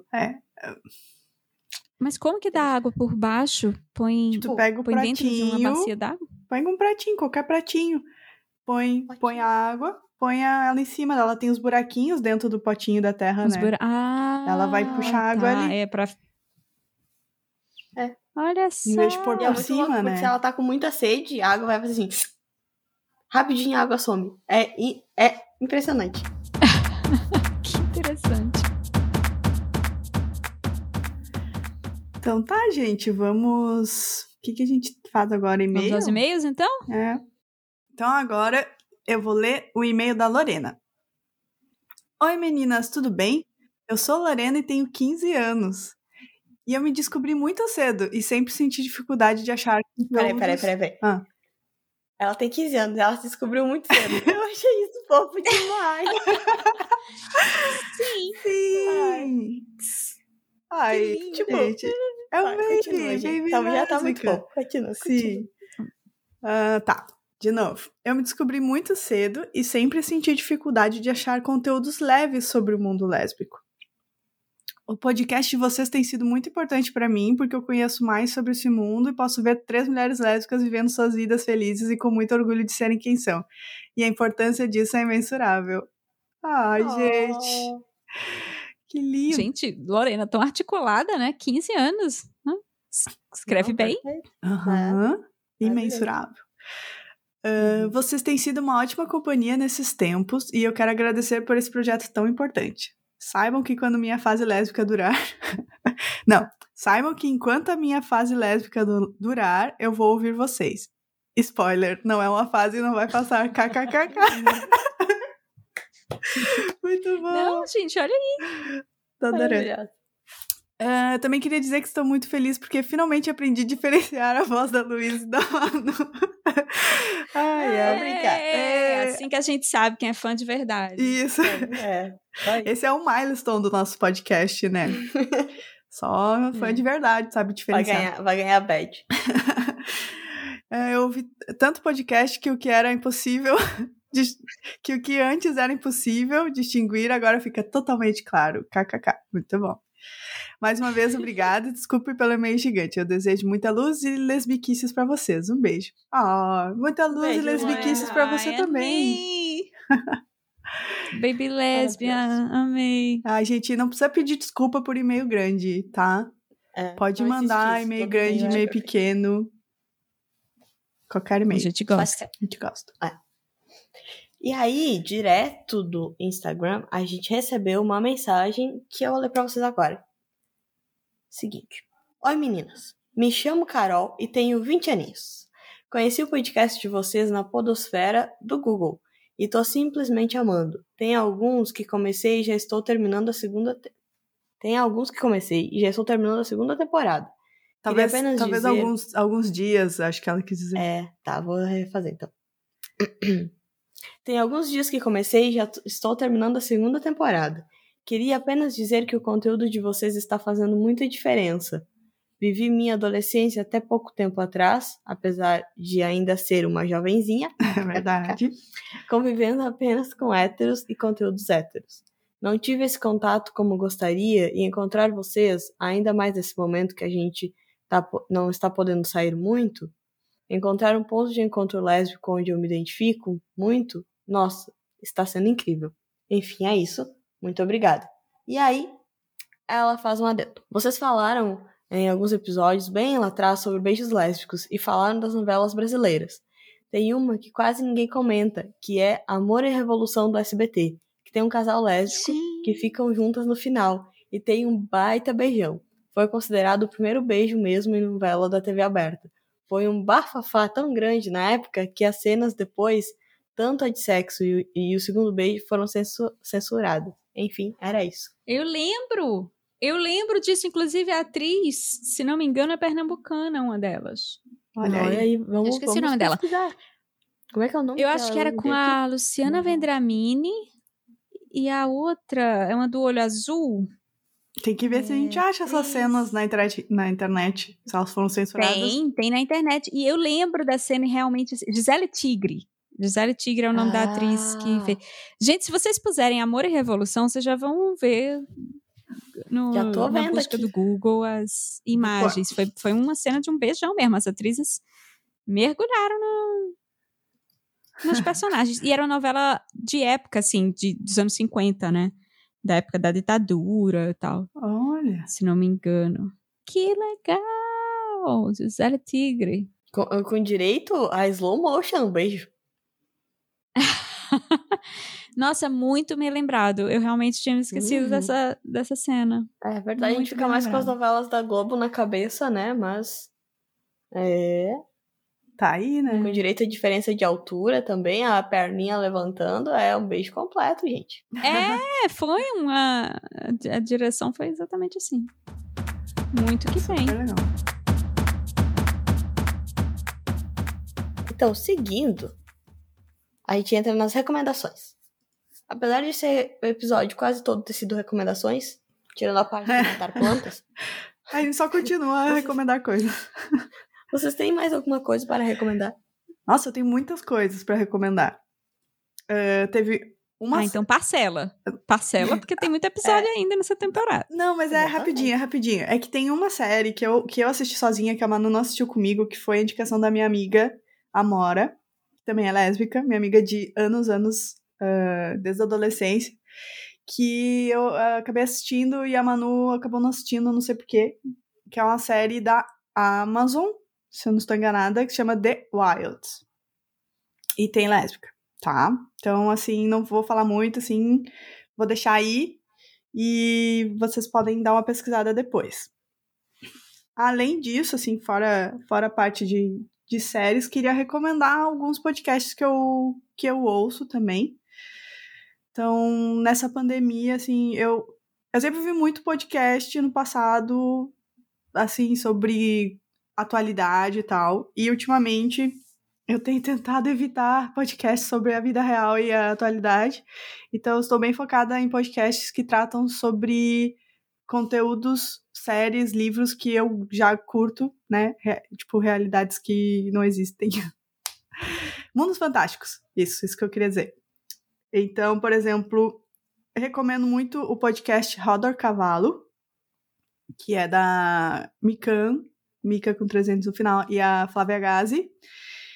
Mas como que dá água por baixo? Põe pega o põe dentro de uma pratinho, bacia d'água? Põe um pratinho, qualquer pratinho. Põe a água, põe ela em cima. Ela tem os buraquinhos dentro do potinho da terra, né? Ela vai puxar a água ali. Olha só. Em vez de pôr por cima, louco, né? Porque se ela tá com muita sede, a água vai fazer assim... Rapidinho a água some. É impressionante. Que interessante. Então tá, gente, vamos... O que a gente faz agora? E-mail? Vamos aos e-mails, então? Então agora eu vou ler o e-mail da Lorena. Oi meninas, tudo bem? Eu sou Lorena e tenho 15 anos. E eu me descobri muito cedo e sempre senti dificuldade de achar... Peraí. Ela tem 15 anos, ela se descobriu muito cedo. Eu achei isso fofo demais. Sim. Ai, tipo, gente, é um baby já tá muito fofo. Continua. Sim. Tá, de novo. Eu me descobri muito cedo e sempre senti dificuldade de achar conteúdos leves sobre o mundo lésbico. O podcast de vocês tem sido muito importante pra mim, porque eu conheço mais sobre esse mundo e posso ver 3 mulheres lésbicas vivendo suas vidas felizes e com muito orgulho de serem quem são. E a importância disso é imensurável. Ai, gente. Que lindo. Gente, Lorena, tão articulada, né? 15 anos. Escreve bem. Imensurável. Vocês têm sido uma ótima companhia nesses tempos e eu quero agradecer por esse projeto tão importante. Saibam que quando minha fase lésbica durar... Não, saibam que enquanto a minha fase lésbica durar, eu vou ouvir vocês. Spoiler, não é uma fase e não vai passar. KKKK. Muito bom. Não, gente, olha aí. Tô adorando. Também queria dizer que estou muito feliz porque finalmente aprendi a diferenciar a voz da Luísa e da Manu. É assim que a gente sabe quem é fã de verdade. Isso. Esse é o milestone do nosso podcast, né? Só fã de verdade, sabe diferenciar. Vai ganhar badge. Eu ouvi tanto podcast que o que era impossível... que o que antes era impossível distinguir agora fica totalmente claro. KKK. Muito bom. Mais uma vez, obrigada. Desculpe pelo e-mail gigante. Eu desejo muita luz e lesbiquices pra vocês. Um beijo. Muita luz e lesbiquices pra você também. Baby lésbia, amei. Gente, não precisa pedir desculpa por e-mail grande, tá? Pode não mandar existe isso, e-mail todo grande, e-mail é e-mail perfeito. pequeno. Qualquer A e-mail. gente gosta. A gente gosta. E aí, direto do Instagram, a gente recebeu uma mensagem que eu vou ler pra vocês agora. Seguinte. Oi, meninas. Me chamo Carol e tenho 20 aninhos. Conheci o podcast de vocês na podosfera do Google e tô simplesmente amando. Tem alguns que comecei e já estou terminando a segunda temporada. Talvez dizer... alguns dias, acho que ela quis dizer. Vou refazer então. Tem alguns dias que comecei e já estou terminando a segunda temporada. Queria apenas dizer que o conteúdo de vocês está fazendo muita diferença. Vivi minha adolescência até pouco tempo atrás, apesar de ainda ser uma jovenzinha. É verdade. Convivendo apenas com héteros e conteúdos héteros. Não tive esse contato como gostaria e encontrar vocês, ainda mais nesse momento que a gente não está podendo sair muito, encontrar um ponto de encontro lésbico onde eu me identifico muito, nossa, está sendo incrível. Enfim, é isso. Muito obrigada. E aí, ela faz um adendo. Vocês falaram em alguns episódios bem lá atrás sobre beijos lésbicos e falaram das novelas brasileiras. Tem uma que quase ninguém comenta, que é Amor e Revolução do SBT, que tem um casal lésbico que ficam juntas no final e tem um baita beijão. Foi considerado o primeiro beijo mesmo em novela da TV aberta. Foi um bafafá tão grande na época que as cenas depois, tanto a de sexo e o segundo beijo, foram censuradas. Enfim, era isso. Eu lembro disso, inclusive a atriz, se não me engano, é pernambucana, uma delas. Olha aí. Vamos, Eu esqueci o nome dela. Como é que é o nome Eu dela? acho que era com a Luciana Vendramini e a outra é uma do olho azul. Tem que ver se a gente acha essas cenas na internet, se elas foram censuradas. Tem na internet. E eu lembro da cena realmente... Gisele Tigre. Gisele Tigre é o nome da atriz que fez. Gente, se vocês puserem Amor e Revolução, vocês já vão ver Já tô na vendo busca aqui do Google as imagens. Foi uma cena de um beijão mesmo. As atrizes mergulharam nos personagens. E era uma novela de época, assim, dos anos 50, né? Da época da ditadura e tal. Olha. Se não me engano. Que legal! Gisele Tigre. Com direito a slow motion, um beijo. Nossa, muito me lembrado. Eu realmente tinha me esquecido dessa cena. É verdade, Muito a gente fica bem mais com as lembrado. novelas da Globo na cabeça, né? Mas... Tá aí, né? Com direito a diferença de altura também, a perninha levantando, é um beijo completo, gente. Foi uma... A direção foi exatamente assim. Muito que bem. Super legal. Então, seguindo, a gente entra nas recomendações. Apesar de ser o episódio quase todo ter sido recomendações, tirando a parte de matar plantas, A gente só continua a recomendar coisas. vocês têm mais alguma coisa para recomendar? Nossa, eu tenho muitas coisas pra recomendar. Teve uma... Então parcela. Parcela, porque tem muito episódio ainda nessa temporada. Não, mas é rapidinho. É que tem uma série que eu assisti sozinha, que a Manu não assistiu comigo, que foi a indicação da minha amiga Amora, que também é lésbica, minha amiga de anos, desde a adolescência, que eu acabei assistindo e a Manu acabou não assistindo, não sei porquê, que é uma série da Amazon, se eu não estou enganada, que se chama The Wild. E tem lésbica, tá? Então, assim, não vou falar muito, assim, vou deixar aí e vocês podem dar uma pesquisada depois. Além disso, assim, fora a parte de séries, queria recomendar alguns podcasts que eu ouço também. Então, nessa pandemia, assim, eu sempre vi muito podcast no passado, assim, sobre atualidade e tal. E, ultimamente, eu tenho tentado evitar podcasts sobre a vida real e a atualidade. Então, eu estou bem focada em podcasts que tratam sobre conteúdos, séries, livros que eu já curto, né? Tipo, realidades que não existem. Mundos fantásticos. Isso que eu queria dizer. Então, por exemplo, eu recomendo muito o podcast Rodor Cavalo, que é da Mika com 300 no final, e a Flávia Gazi.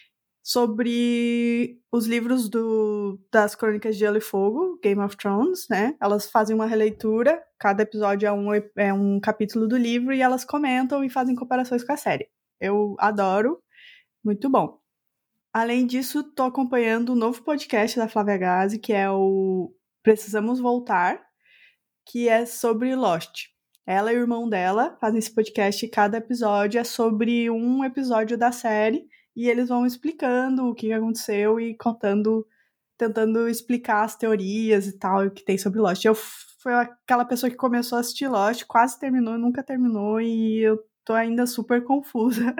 sobre os livros das Crônicas de Gelo e Fogo, Game of Thrones, né? Elas fazem uma releitura, cada episódio é um capítulo do livro e elas comentam e fazem comparações com a série. Eu adoro, muito bom. Além disso, tô acompanhando um novo podcast da Flávia Gazi, que é o Precisamos Voltar, que é sobre Lost. Ela e o irmão dela fazem esse podcast e cada episódio é sobre um episódio da série e eles vão explicando o que aconteceu e tentando explicar as teorias e tal, o que tem sobre Lost. Eu fui aquela pessoa que começou a assistir Lost, quase terminou, nunca terminou e eu tô ainda super confusa.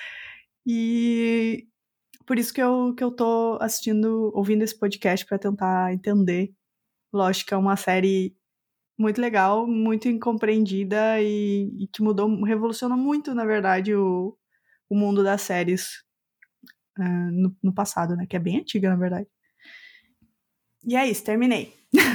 E por isso que eu tô ouvindo esse podcast para tentar entender Lost, que é uma série muito legal, muito incompreendida e que revolucionou muito, na verdade, o mundo das séries no passado, né? Que é bem antiga, na verdade. E é isso, terminei.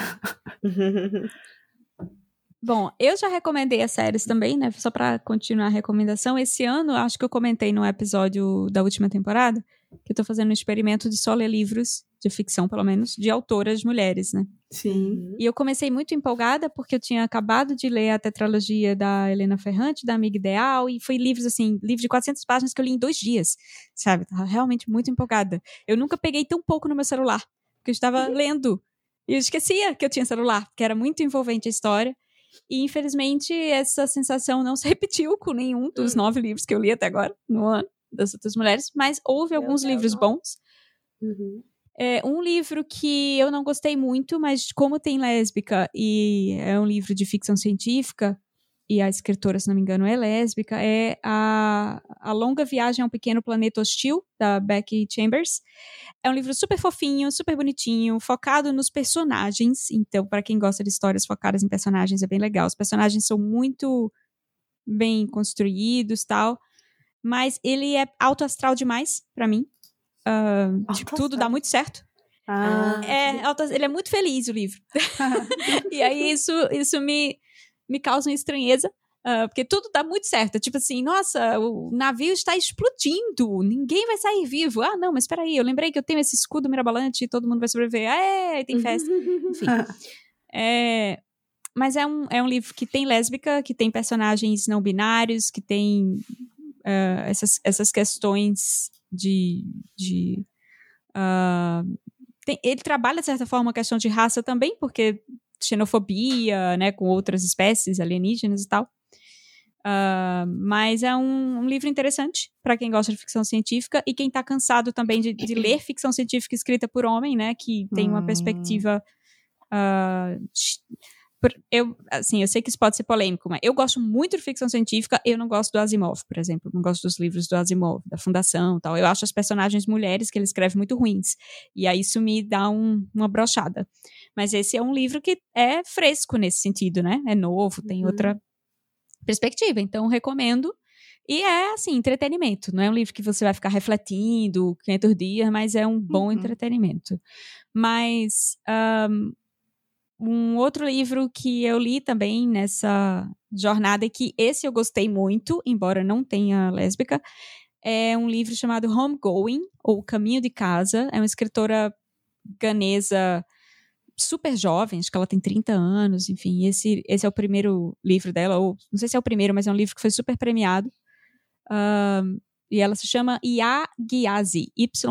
Bom, eu já recomendei as séries também, né? Só pra continuar a recomendação. Esse ano, acho que eu comentei no episódio da última temporada que eu tô fazendo um experimento de só ler livros de ficção, pelo menos, de autoras mulheres, né? Sim. E eu comecei muito empolgada porque eu tinha acabado de ler a tetralogia da Helena Ferrante, da Amiga Ideal, e foi livro de 400 páginas que eu li em 2 dias, sabe? Tava realmente muito empolgada. Eu nunca peguei tão pouco no meu celular, porque eu estava lendo. E eu esquecia que eu tinha celular, porque era muito envolvente a história. E, infelizmente, essa sensação não se repetiu com nenhum dos 9 livros que eu li até agora, no ano, das outras mulheres, mas houve alguns livros bons. Um livro que eu não gostei muito, mas como tem lésbica e é um livro de ficção científica, e a escritora, se não me engano, é lésbica, é a Longa Viagem a um Pequeno Planeta Hostil, da Becky Chambers. É um livro super fofinho, super bonitinho, focado nos personagens. Então, para quem gosta de histórias focadas em personagens, é bem legal. Os personagens são muito bem construídos e tal, mas ele é alto astral demais, pra mim. Tudo dá muito certo. Ele é muito feliz, o livro. E aí isso me causa uma estranheza, porque tudo dá muito certo. Tipo assim, nossa, o navio está explodindo, ninguém vai sair vivo. Ah, não, mas espera aí, eu lembrei que eu tenho esse escudo mirabolante e todo mundo vai sobreviver. Tem festa. Enfim. Mas é um livro que tem lésbica, que tem personagens não binários, que tem essas questões ele trabalha, de certa forma, a questão de raça também, porque xenofobia, né, com outras espécies alienígenas e tal. Mas é um livro interessante para quem gosta de ficção científica e quem tá cansado também de ler ficção científica escrita por homem, né, que tem uma perspectiva... eu sei que isso pode ser polêmico, mas eu gosto muito de ficção científica, eu não gosto do Asimov, por exemplo, não gosto dos livros do Asimov, da Fundação e tal, eu acho as personagens mulheres que ele escreve muito ruins, e aí isso me dá uma brochada, mas esse é um livro que é fresco nesse sentido, né, é novo, tem outra perspectiva, então recomendo, e é assim, entretenimento, não é um livro que você vai ficar refletindo 500 dias, mas é um bom entretenimento, mas... um outro livro que eu li também nessa jornada, e que esse eu gostei muito, embora não tenha lésbica, é um livro chamado Homegoing, ou Caminho de Casa. É uma escritora ganesa super jovem, acho que ela tem 30 anos, enfim, esse é o primeiro livro dela, ou não sei se é o primeiro, mas é um livro que foi super premiado. E ela se chama Yaa-Gyasi,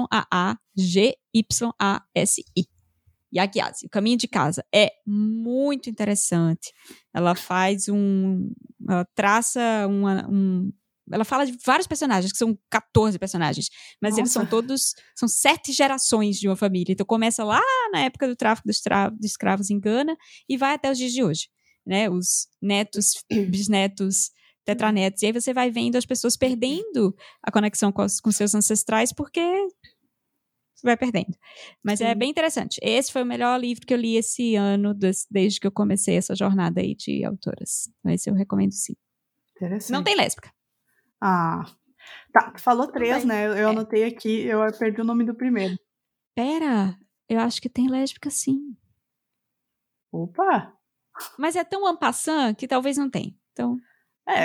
Yaagyiasi. Yaa-Gyasi, O Caminho de Casa. É muito interessante. Ela ela traça ela fala de vários personagens, que são 14 personagens, mas Nossa. Eles são todos, são 7 gerações de uma família. Então começa lá na época do tráfico de escravos em Gana e vai até os dias de hoje, né? Os netos, bisnetos, tetranetos. E aí você vai vendo as pessoas perdendo a conexão com seus ancestrais porque vai perdendo. Mas é bem interessante. Esse foi o melhor livro que eu li esse ano, desde que eu comecei essa jornada aí de autoras. Então esse eu recomendo sim. Interessante. Não tem lésbica. Tá, falou 3, né? Eu anotei aqui, eu perdi o nome do primeiro. Pera, eu acho que tem lésbica sim. Opa! Mas é tão en passant que talvez não tenha. Então...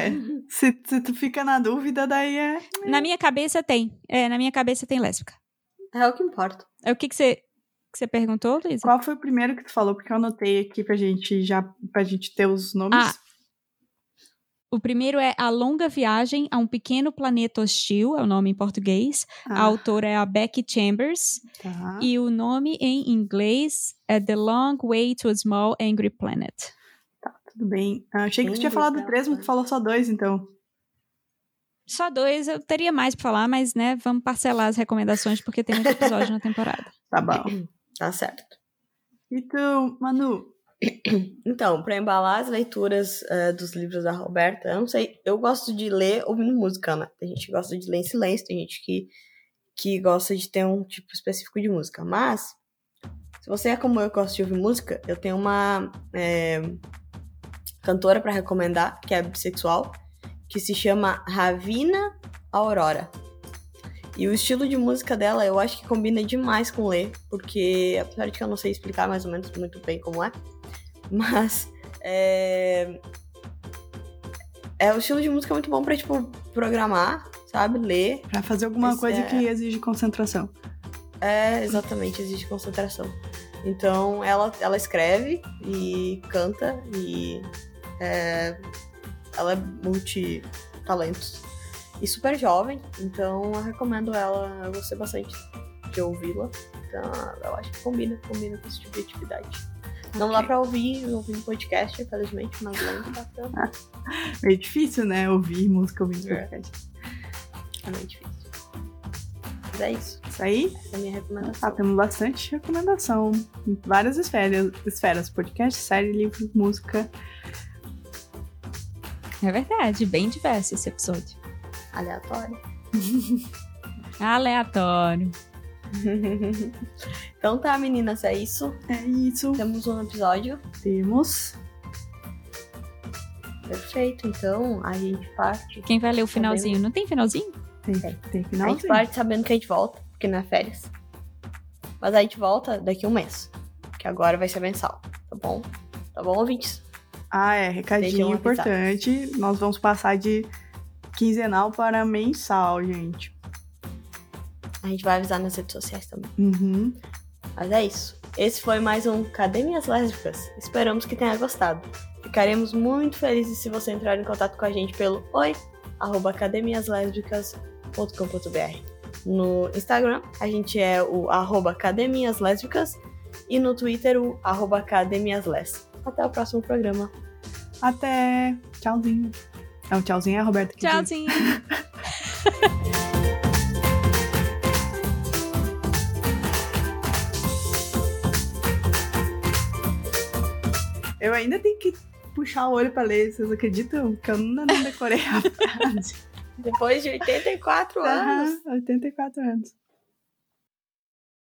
se tu fica na dúvida, daí Na minha cabeça tem. Na minha cabeça tem lésbica. É o que importa. É o que você perguntou, Luísa? Qual foi o primeiro que tu falou? Porque eu anotei aqui pra gente ter os nomes. O primeiro é A Longa Viagem a um Pequeno Planeta Hostil, é o nome em português. A autora é a Becky Chambers. Tá. E o nome em inglês é The Long Way to a Small Angry Planet. Tá, tudo bem. Achei que tu tinha falado 3, mas tu falou só 2, então. Só 2, eu teria mais pra falar, mas, né, vamos parcelar as recomendações, porque tem muito episódio na temporada. Tá bom. Tá certo. E tu, Manu? Então, pra embalar as leituras dos livros da Roberta, eu não sei, eu gosto de ler ouvindo música, né? Tem gente que gosta de ler em silêncio, tem gente que gosta de ter um tipo específico de música. Mas, se você é como eu gosto de ouvir música, eu tenho uma cantora pra recomendar, que é bissexual, que se chama Ravina Aurora. E o estilo de música dela, eu acho que combina demais com ler, porque, apesar de que eu não sei explicar mais ou menos muito bem como é, mas é o estilo de música muito bom pra, tipo, programar, sabe? Ler. Pra fazer alguma coisa que exige concentração. Exatamente, exige concentração. Então, ela escreve e canta e ela é multitalentos. E super jovem, então eu recomendo ela, eu gostei bastante de ouvi-la. Então eu acho que combina com esse tipo de atividade. Não dá pra ouvir no podcast, infelizmente, mas lendo dá pra... Meio difícil, né? Ouvir música ouvindo podcast. É meio difícil. Mas é isso. Isso aí? Essa é a minha recomendação. Temos bastante recomendação. Em várias esferas. Podcast, série, livro, música. É verdade, bem diverso esse episódio. Aleatório. Aleatório. Então tá, meninas, é isso. É isso. Temos um episódio. Temos. Perfeito, então a gente parte. Quem vai ler o finalzinho? Não tem finalzinho? Tem A final. gente parte sabendo que a gente volta, porque não é férias. Mas a gente volta daqui a um mês. Que agora vai ser mensal, tá bom? Tá bom, ouvintes? Recadinho importante. Nós vamos passar de quinzenal para mensal, gente. A gente vai avisar nas redes sociais também. Uhum. Mas é isso. Esse foi mais um Cadê Minhas Lésbicas? Esperamos que tenha gostado. Ficaremos muito felizes se você entrar em contato com a gente pelo oi@cademiaslesbicas.com.br. No Instagram, a gente é o @cademiaslesbicas e no Twitter o @cademiasles. Até o próximo programa. Até. Tchauzinho. Não, tchauzinho é a Roberta que diz. Tchauzinho. Eu ainda tenho que puxar o olho pra ler, vocês acreditam? Que eu não decorei a frase. Depois de 84 anos. 84 anos.